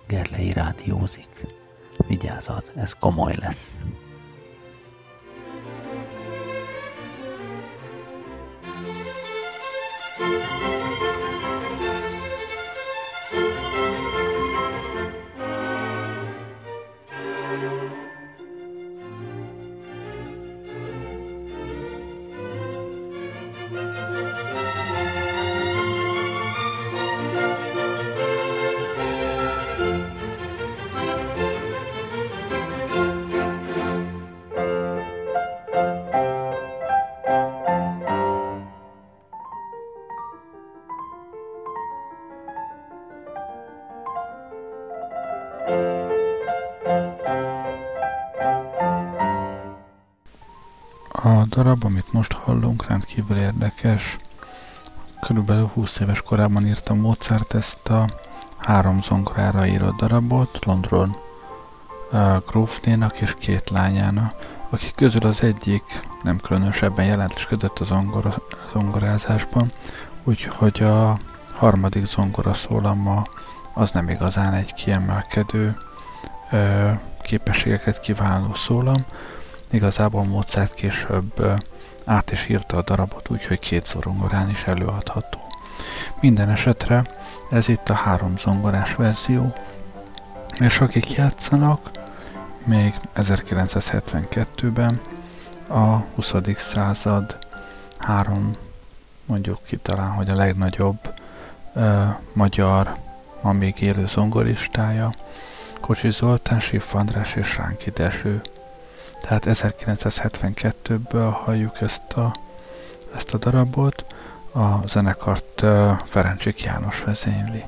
Gerlei rádiózik. Vigyázat, ez komoly lesz. A darab, amit most hallunk, rendkívül érdekes. Körülbelül 20 éves korában írta Mozart ezt a 3 zongorára írott darabot, London grófnénak és 2 lányának, akik közül az egyik nem különösebben jelentéskedett a zongorázásban, úgyhogy a harmadik zongora szólama az nem igazán egy kiemelkedő képességeket kiváló szólam. Igazából Mozart később át is írta a darabot, úgyhogy 2 zongorán is előadható. Minden esetre ez itt a 3 zongorás verzió, és akik játszanak, még 1972-ben a 20. század 3, mondjuk ki talán, hogy a legnagyobb magyar, ma még élő zongoristája, Kocsis Zoltán, Schiff András és Ránki Dezső. Tehát 1972-ből halljuk ezt a darabot, a zenekart Ferencsik János vezényli.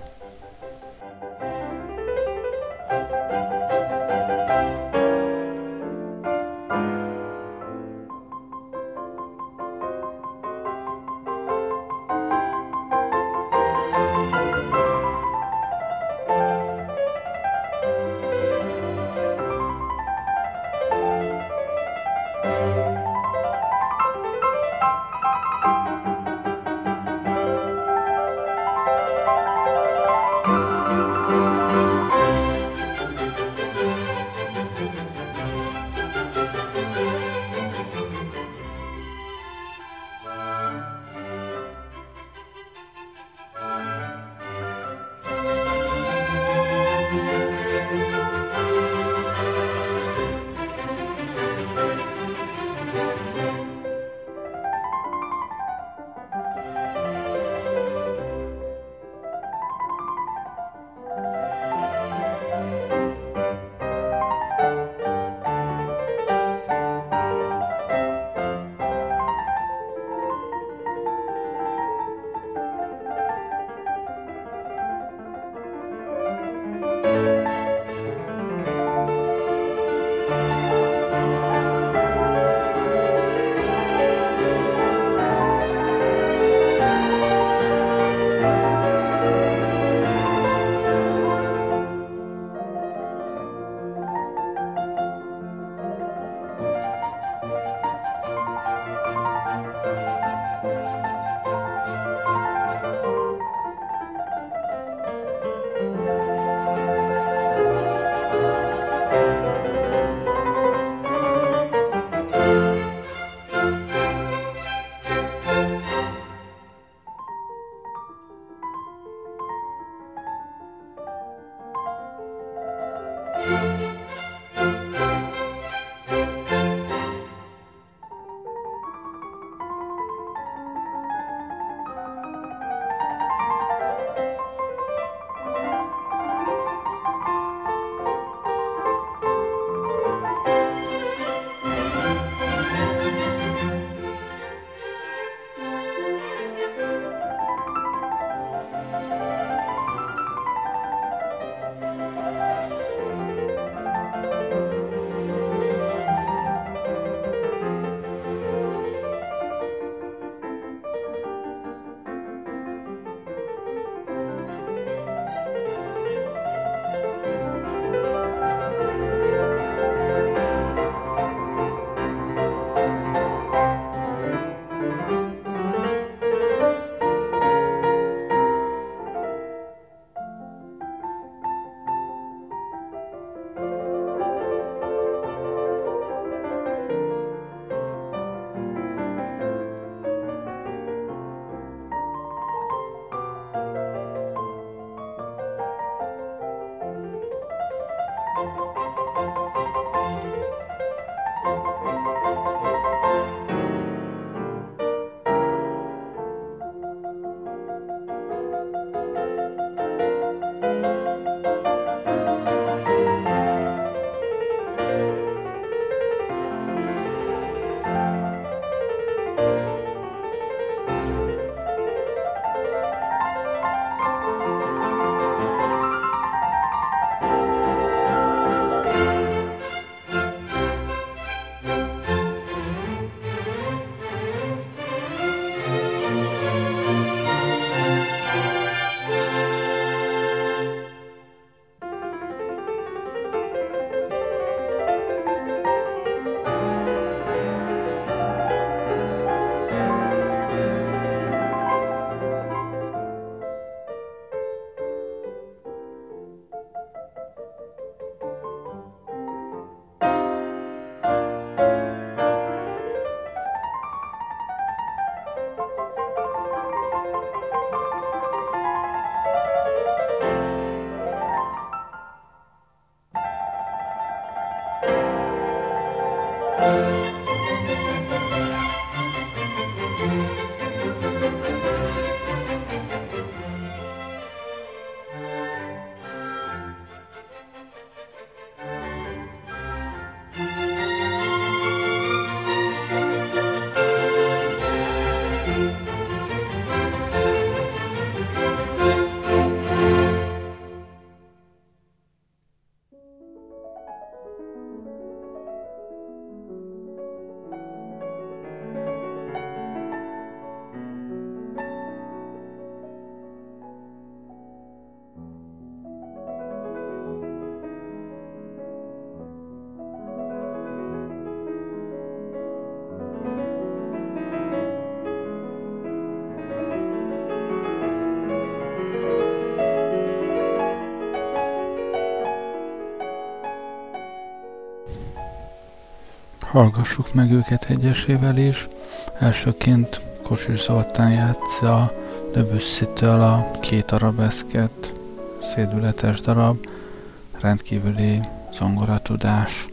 Hallgassuk meg őket egyesével is. Elsőként Kocsis Zoltán játsza Debussy-től a Két arabeszket, szédületes darab, rendkívüli zongoratudás.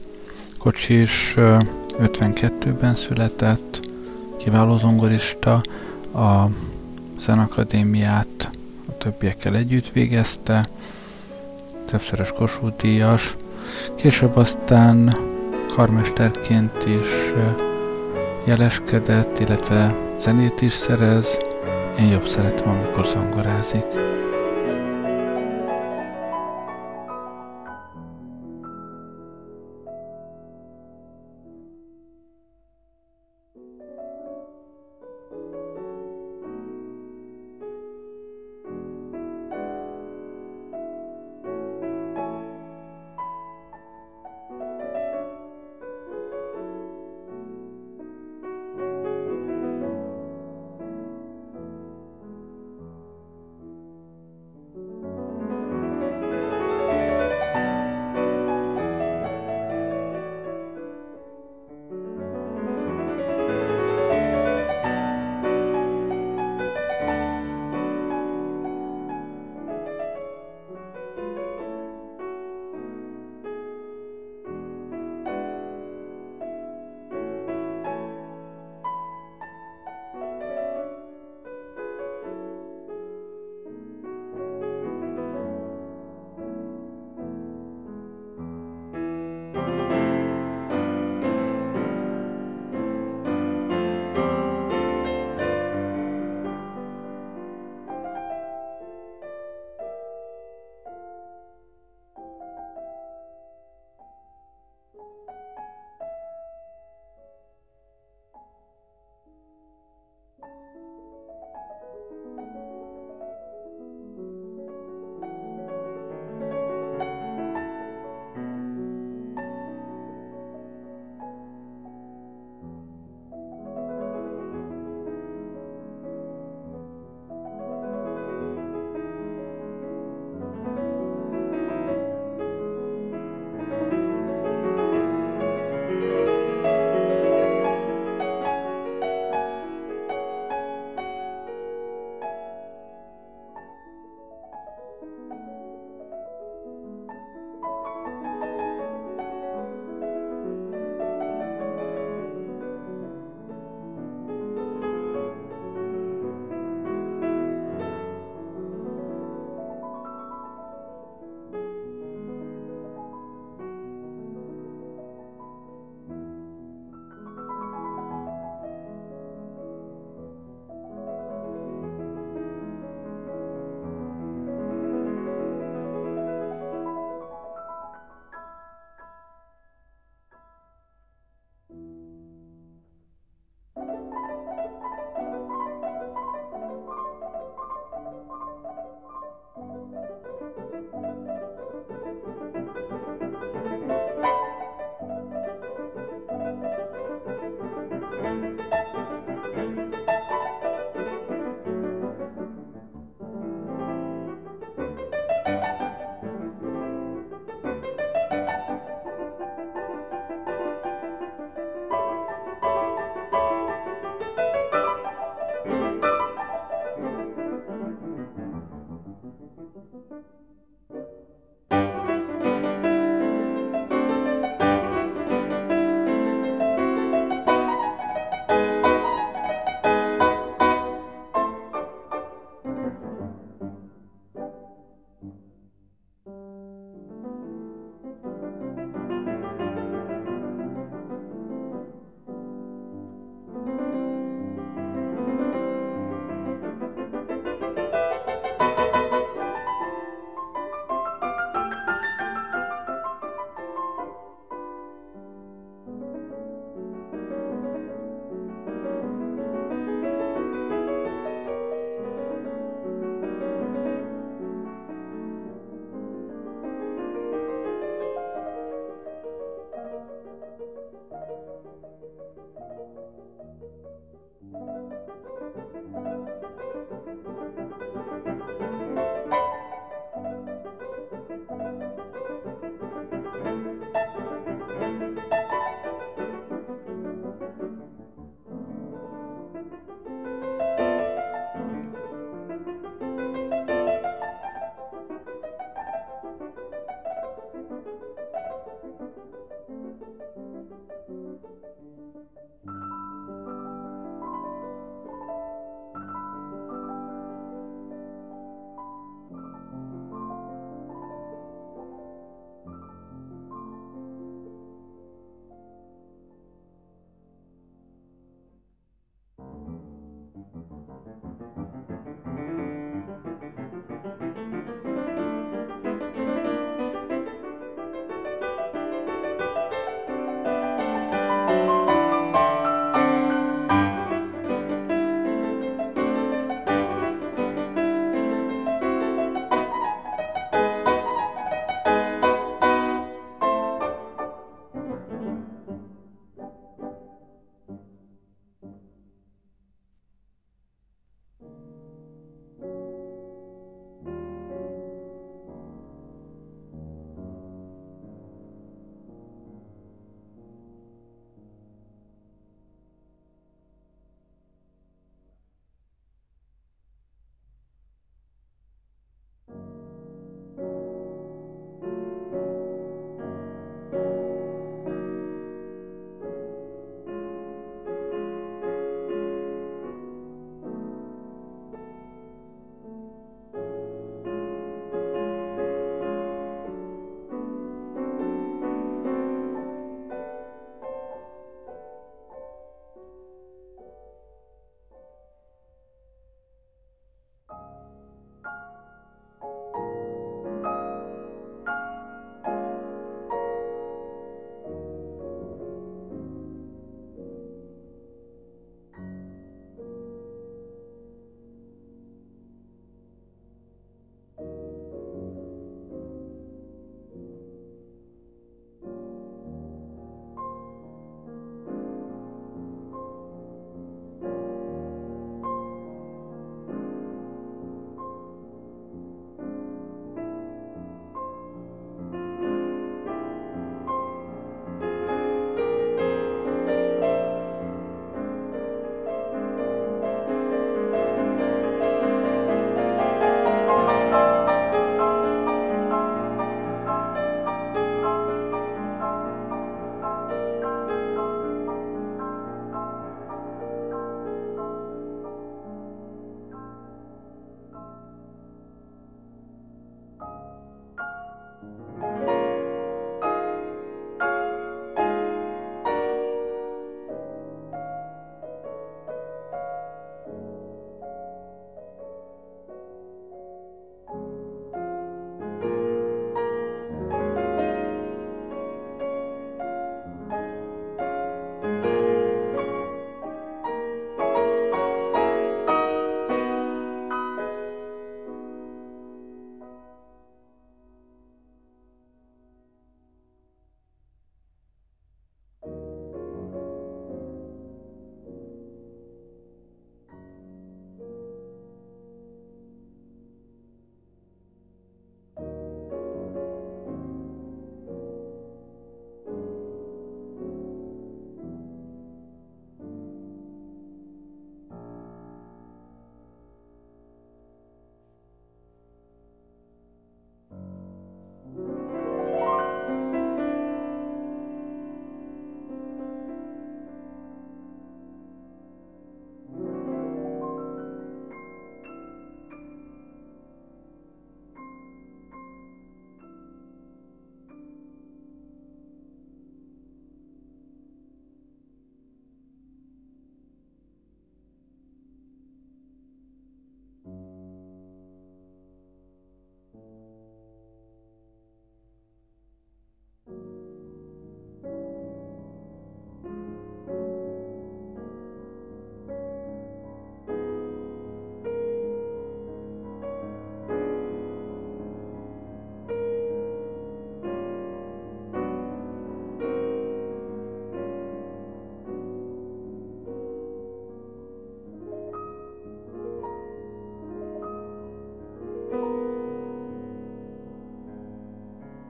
Kocsis 52-ben született, kiváló zongorista, a Zenakadémiát a többiekkel együtt végezte, többszörös Kossuth-díjas, később aztán karmesterként is jeleskedett, illetve zenét is szerez. Én jobb szeretem, amikor zongorázik.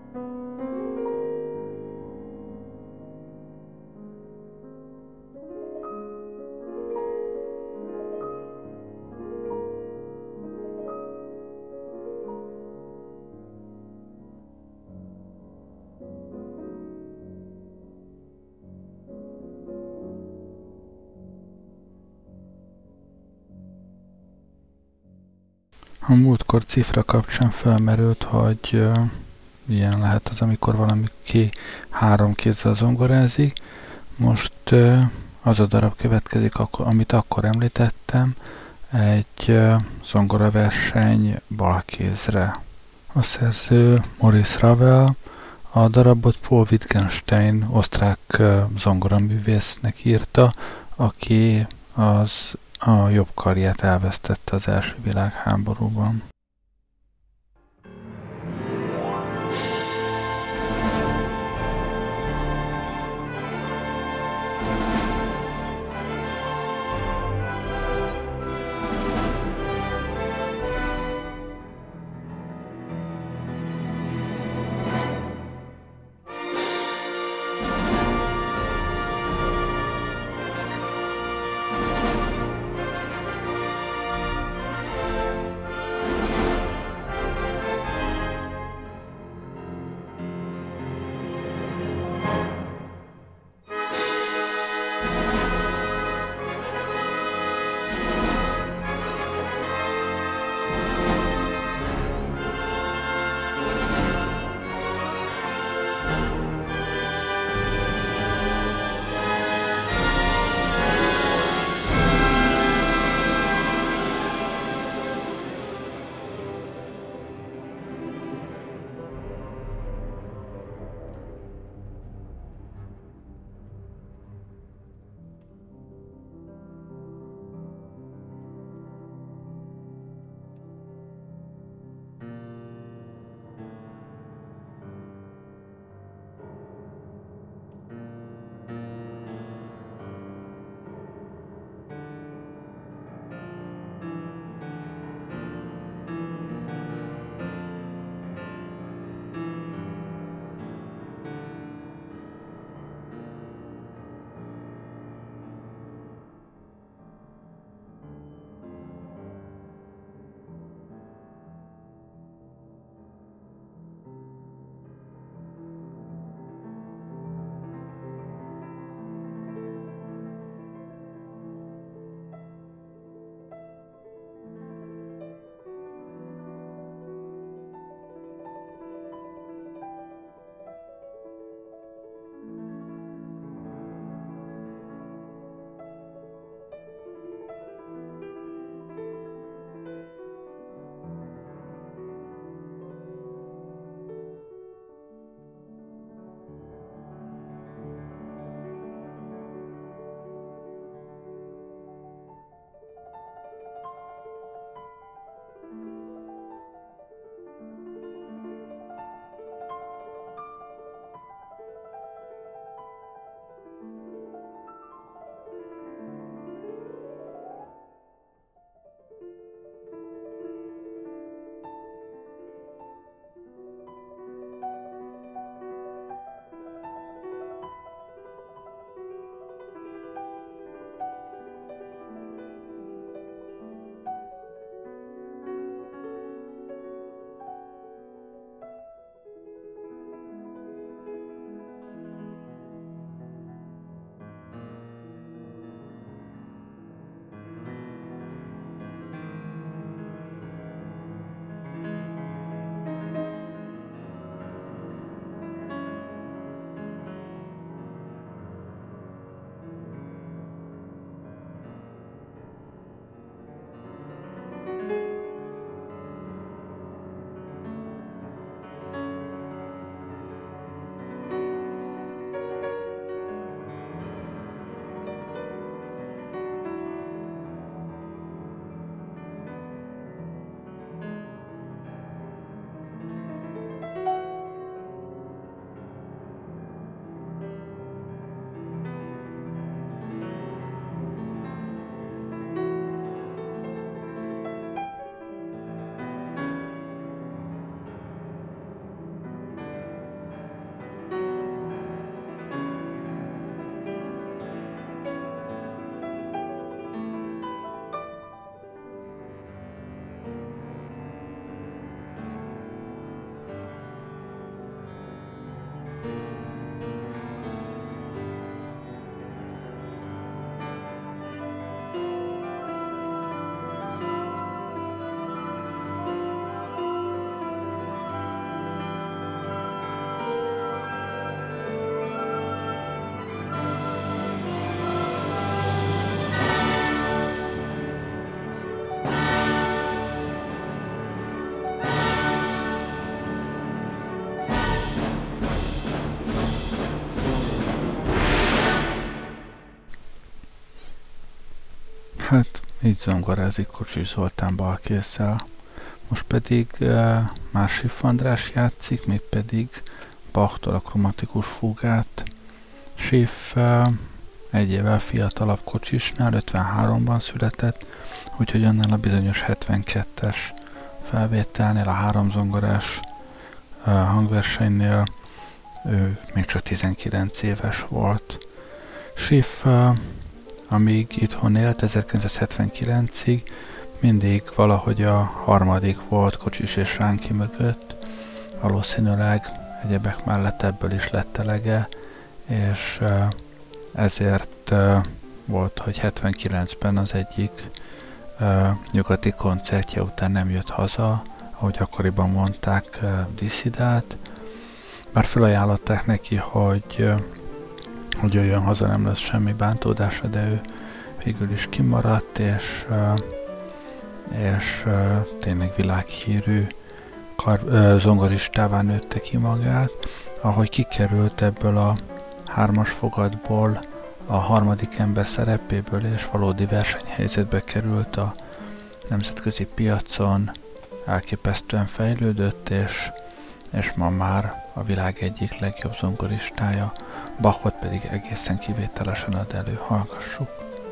A múltkor cifra kapcsán felmerült, hogy ilyen lehet az, amikor valaki 3 kézzel zongorázik. Most az a darab következik, amit akkor említettem, egy zongoraverseny balkézre. A szerző Maurice Ravel, a darabot Paul Wittgenstein osztrák zongoraművésznek írta, aki a jobb karját elvesztette az első világháborúban. Hát így zongorázik Kocsis Zoltán balkésszel. Most pedig Mársif András játszik, még pedig Bachtól a kromatikus fúgát. Schiff egy évvel fiatalabb Kocsisnál, 53-ban született, úgyhogy annál a bizonyos 72-es felvételnél, a háromzongorás hangversenynél ő még csak 19 éves volt. Schiff, amíg itthon élt 1979-ig, mindig valahogy a harmadik volt Kocsis és Ránki mögött. Valószínűleg egyebek mellett ebből is lett elege, és ezért volt, hogy 79-ben az egyik nyugati koncertje után nem jött haza, ahogy akkoriban mondták, disszidált. Bár felajánlották neki, hogy jöjjön haza, nem lesz semmi bántódása, de ő végül is kimaradt, és tényleg világhírű zongoristává nőtte ki magát. Ahogy kikerült ebből a hármas fogadból, a harmadik ember szerepéből, és valódi versenyhelyzetbe került a nemzetközi piacon, elképesztően fejlődött, és ma már a világ egyik legjobb zongoristája, Bachot pedig egészen kivételesen ad elő. Hallgassuk!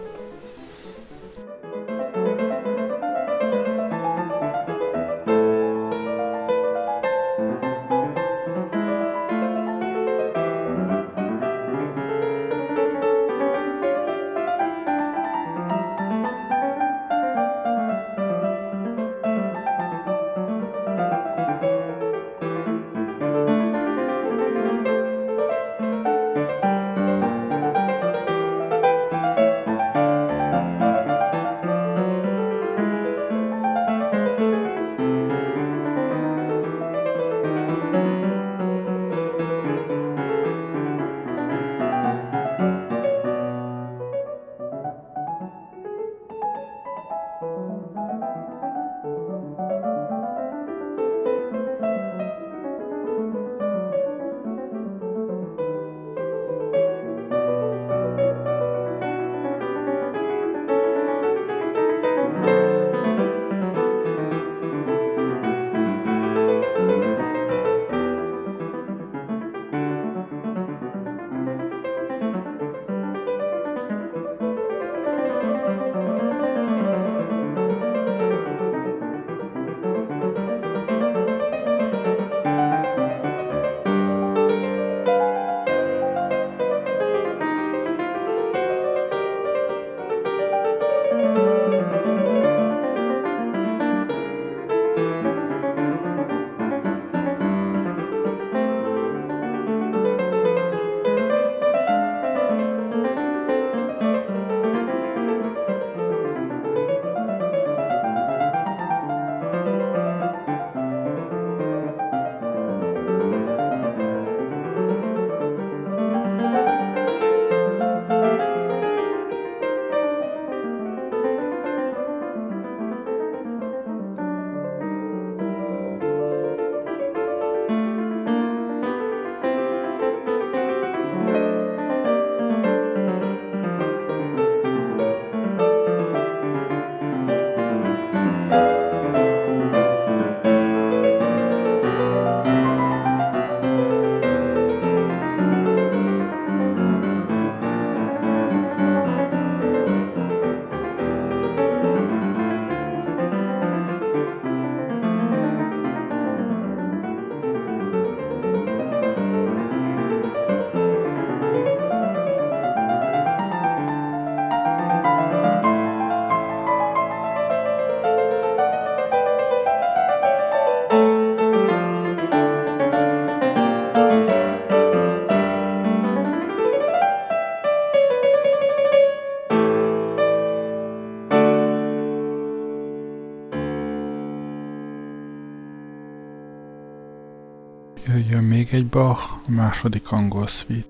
Jöjjön még egy Bach, a második angol szvít.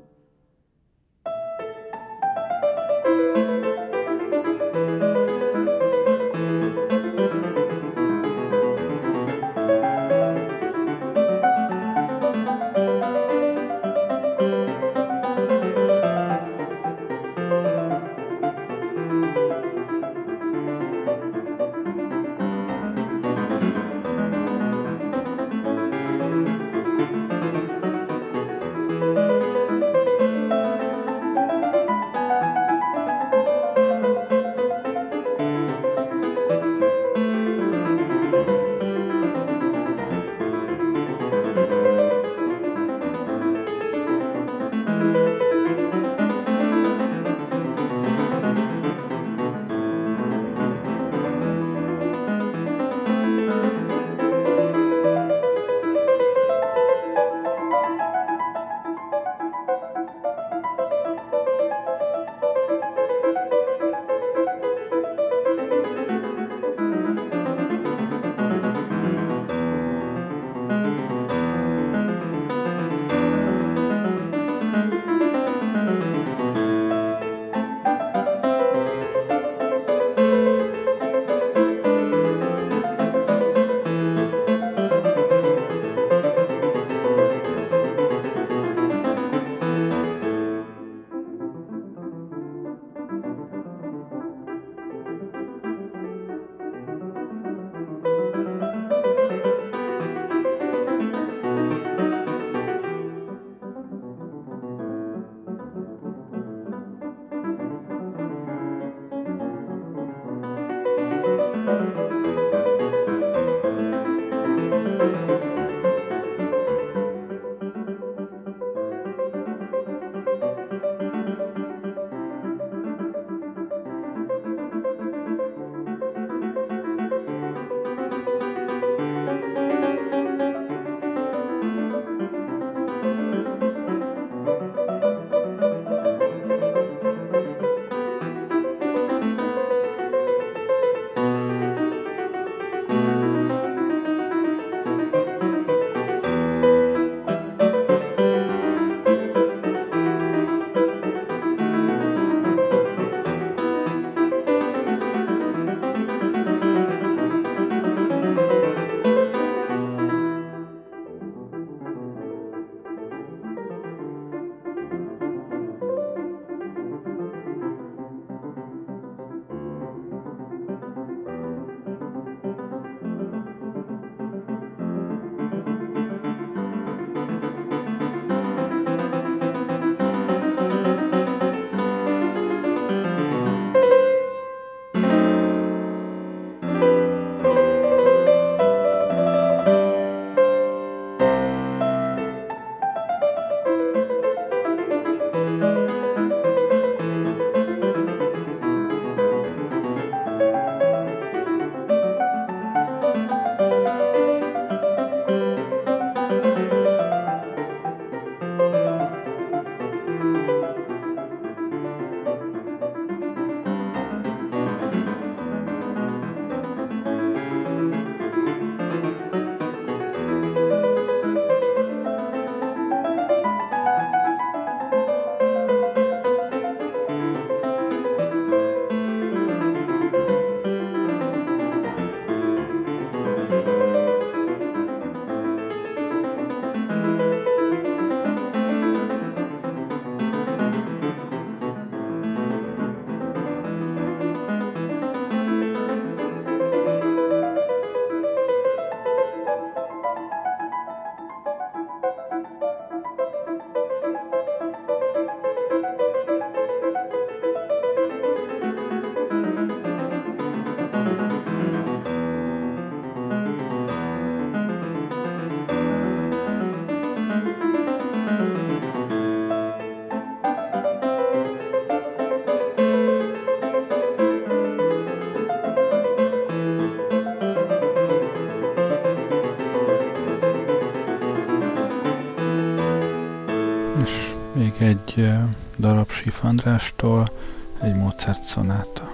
És még egy darab Schiff Andrástól, egy Mozart szonáta.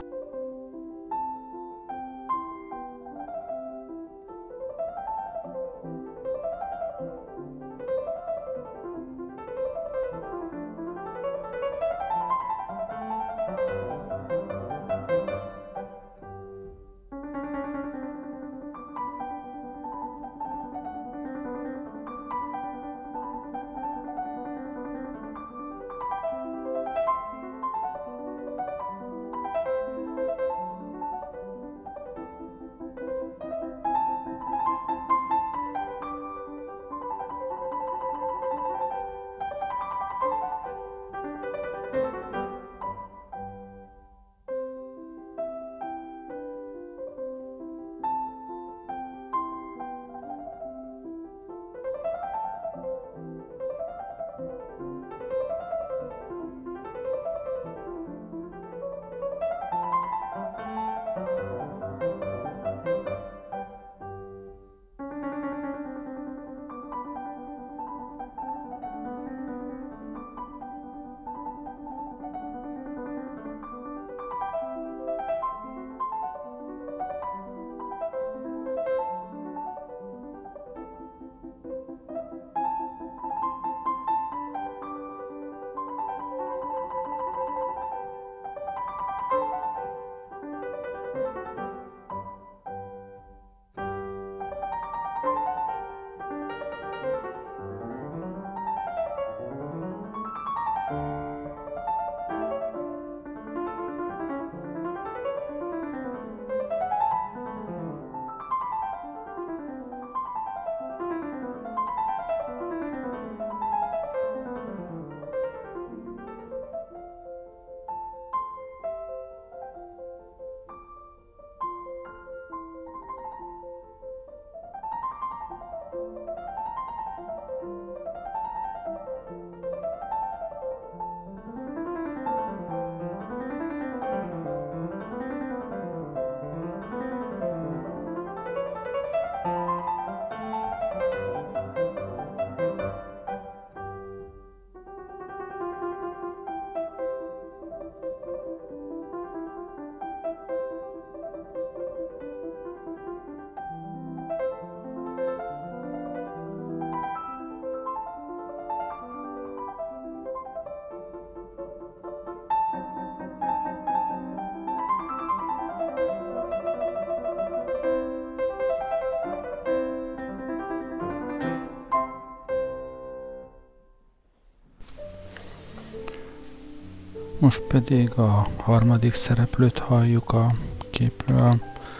Most pedig a harmadik szereplőt halljuk a képről,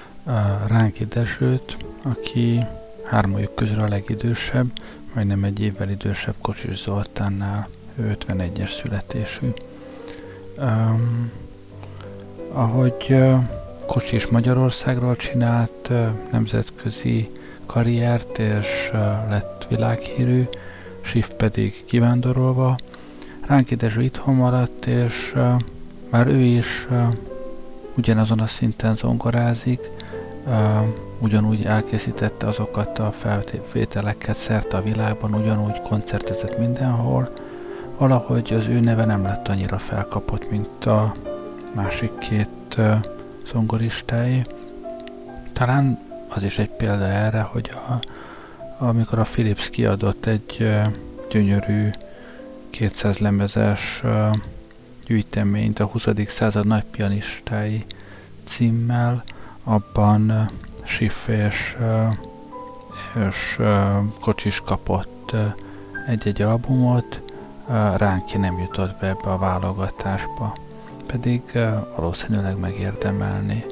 Ránki Dezsőt, aki hármójuk közül a legidősebb, majdnem egy évvel idősebb Kocsis Zoltánnál, ő 51-es születésű. Ahogy Kocsis Magyarországról csinált nemzetközi karriert és lett világhírű, Schiff pedig kivándorolva, Ránki Dezső itthon maradt, és már ő is ugyanazon a szinten zongorázik, ugyanúgy elkészítette azokat a felvételeket szerte a világban, ugyanúgy koncertezett mindenhol, valahogy az ő neve nem lett annyira felkapott, mint a másik két zongoristáé. Talán az is egy példa erre, hogy amikor a Philips kiadott egy gyönyörű 200 lemezes gyűjteményt a 20. század nagy pianistái címmel, abban Schiff és Kocsis kapott egy-egy albumot, Ránki nem jutott be ebbe a válogatásba, pedig valószínűleg megérdemelni.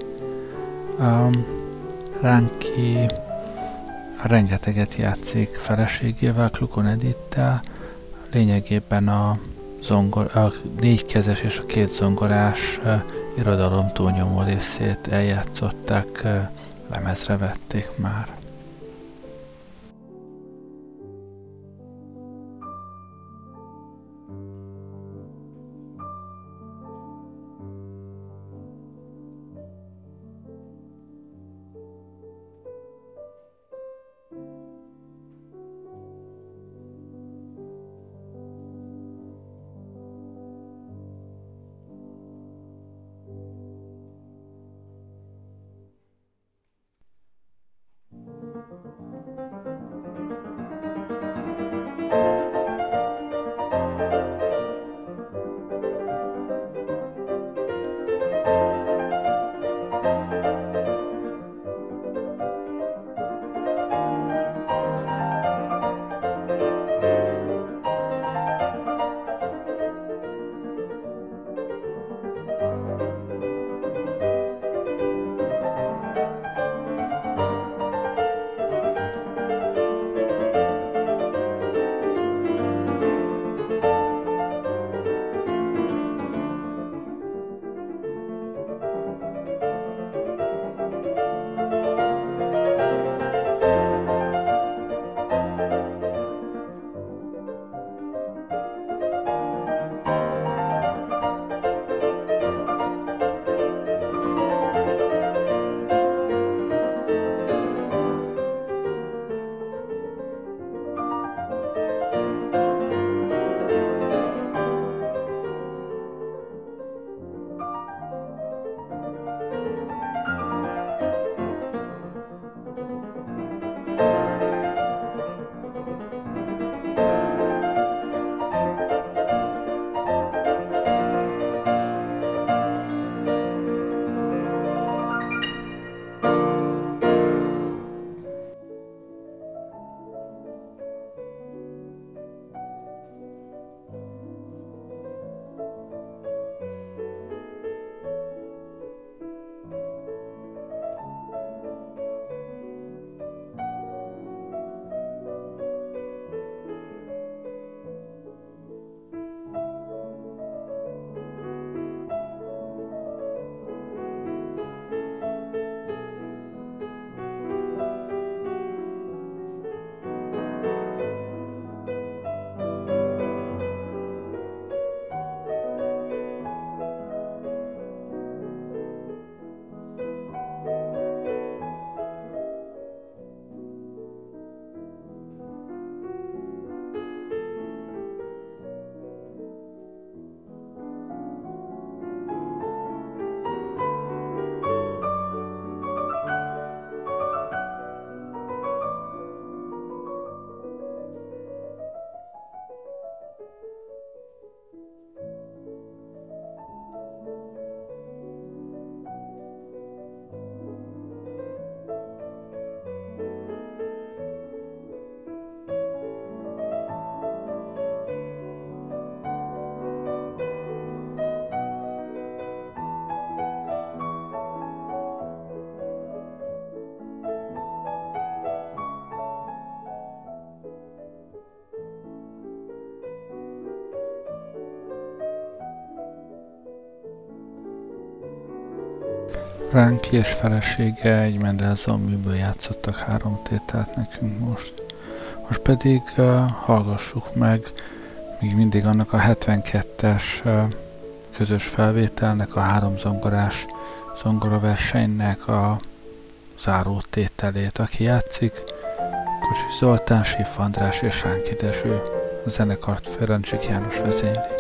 Ránki rengeteget játszik feleségével, Klukon Edittel, lényegében a négykezes és a két zongorás irodalom túlnyomó részét eljátszották, lemezre vették már. Ránki és felesége egy Mendelssohn műből játszottak 3 tételt nekünk most. Most pedig hallgassuk meg még mindig annak a 72-es közös felvételnek, a 3 zongorás zongoraversenynek a záró tételét. Aki játszik, Kocsis Zoltán, Siff András és Ránki Dezső. A zenekart Ferencsik János vezényli.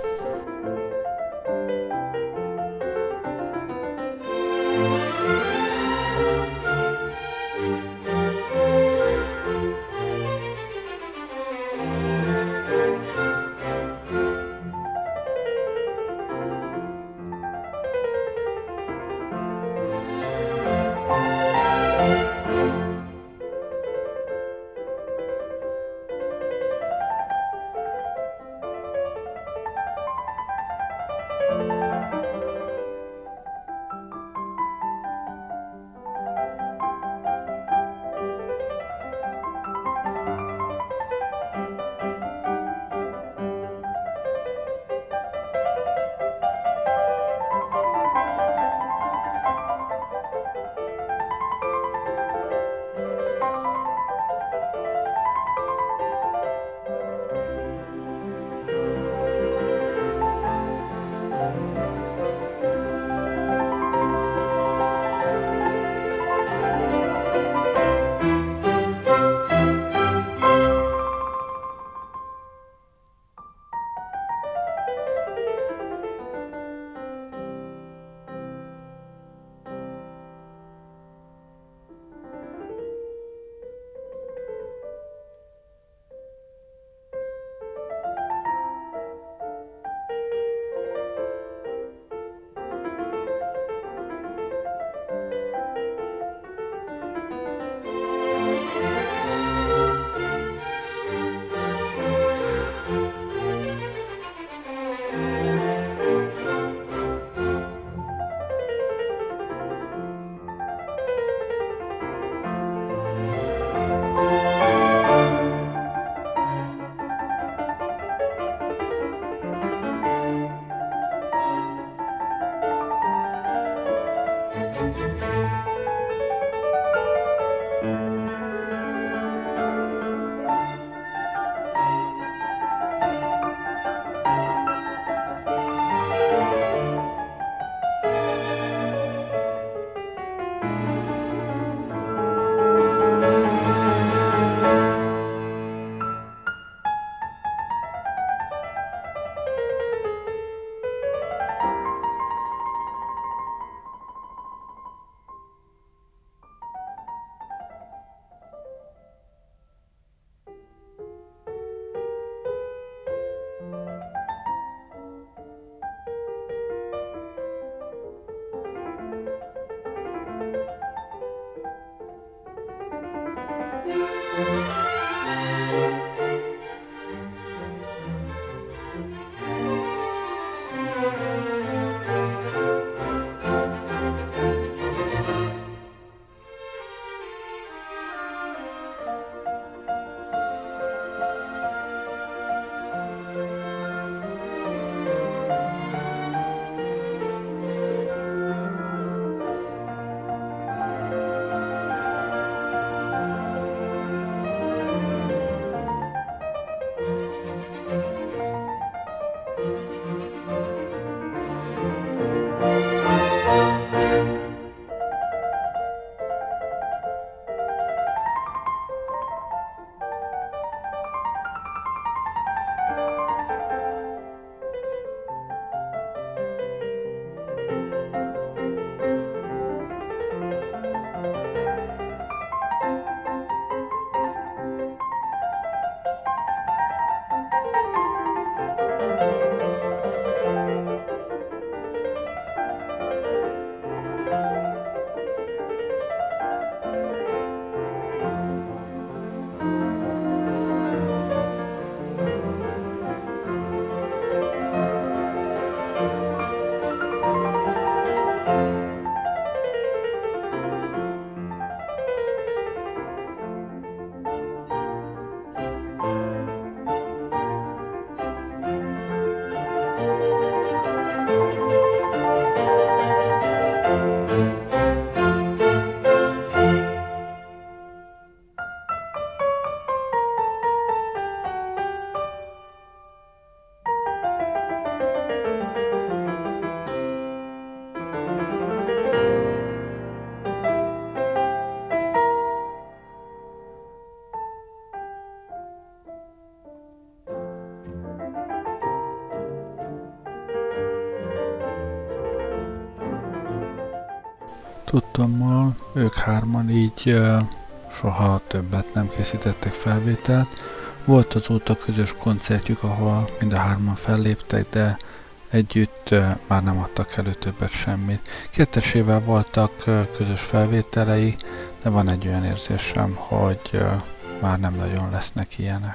Tudtommal ők hárman így soha többet nem készítettek felvételt. Volt azóta közös koncertjük, ahol mind a hárman felléptek, de együtt már nem adtak elő többet semmit. Kettesével voltak közös felvételei, de van egy olyan érzésem, hogy már nem nagyon lesznek ilyenek.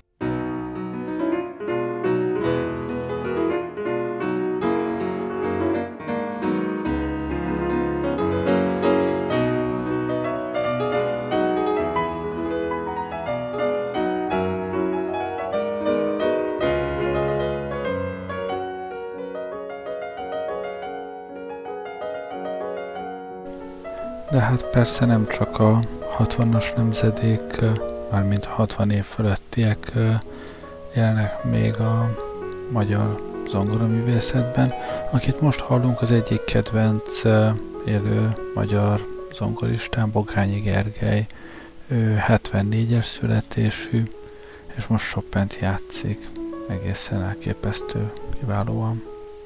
De hát persze nem csak a 60-as nemzedék, mármint 60 év fölöttiek élnek még a magyar zongoraművészetben. Akit most hallunk, az egyik kedvenc élő magyar zongoristán, Bogányi Gergely. Ő 74-es születésű, és most Chopint játszik. Egészen elképesztő, kiválóan.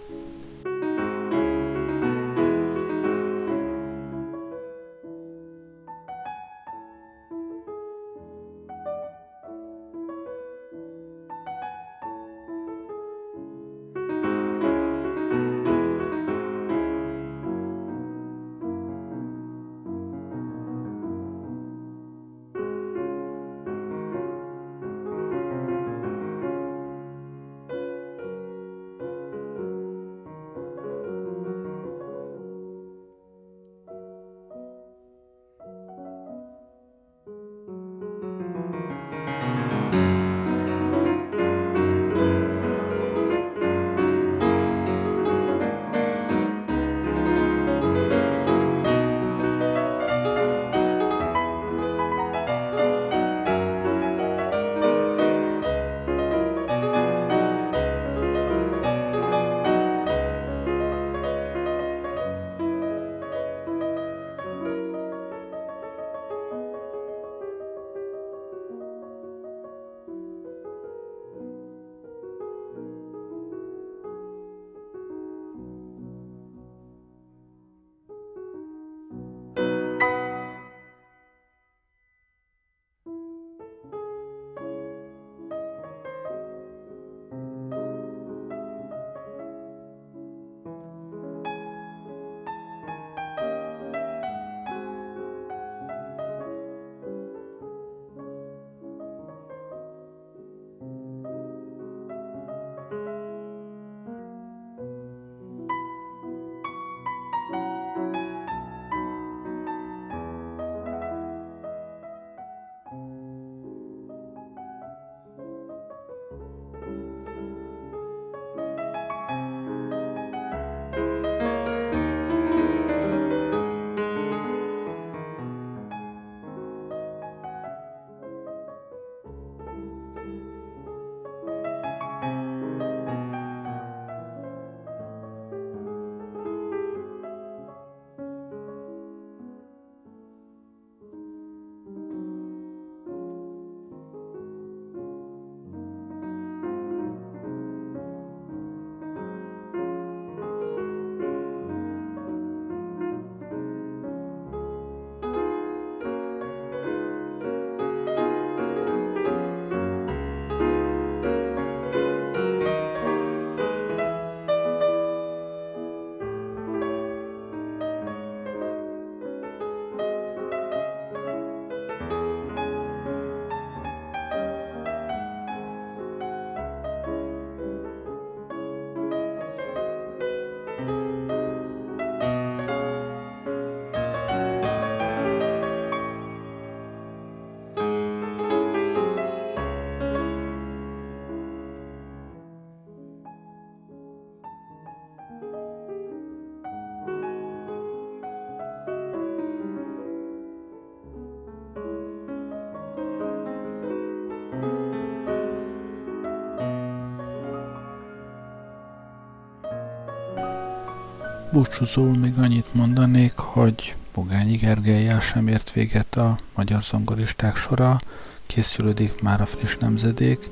Búcsúzóul még annyit mondanék, hogy Bogányi Gergellyel sem ért véget a magyar zongoristák sora, készülődik már a friss nemzedék.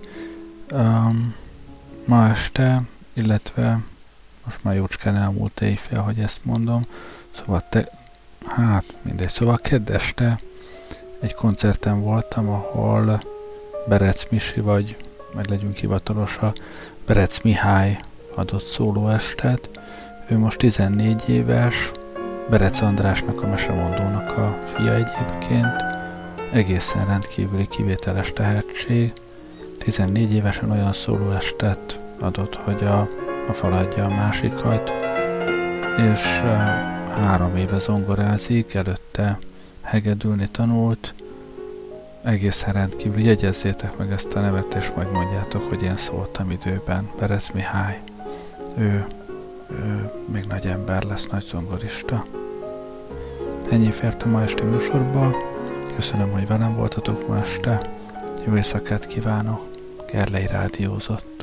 Ma este, illetve most már jócskán elmúlt éjfél, hogy ezt mondom, szóval Hát, mindegy. Szóval kedd este egy koncerten voltam, ahol Berec Misi, vagy meg legyünk hivatalosak, Berec Mihály adott szólóestet. Ő most 14 éves, Berec Andrásnak, a mesemondónak a fia egyébként. Egészen rendkívüli, kivételes tehetség. 14 évesen olyan szólóestet adott, hogy a fal adja a másikat, és 3 éve zongorázik, előtte hegedülni tanult. Egészen rendkívül, jegyezzétek meg ezt a nevet, és megmondjátok, hogy én szóltam időben. Berec Mihály. Ő még nagy ember lesz, nagy zongorista. Ennyi fért a ma esti műsorba. Köszönöm, hogy velem voltatok ma este. Jó éjszakát kívánok. Gerlei rádiózott.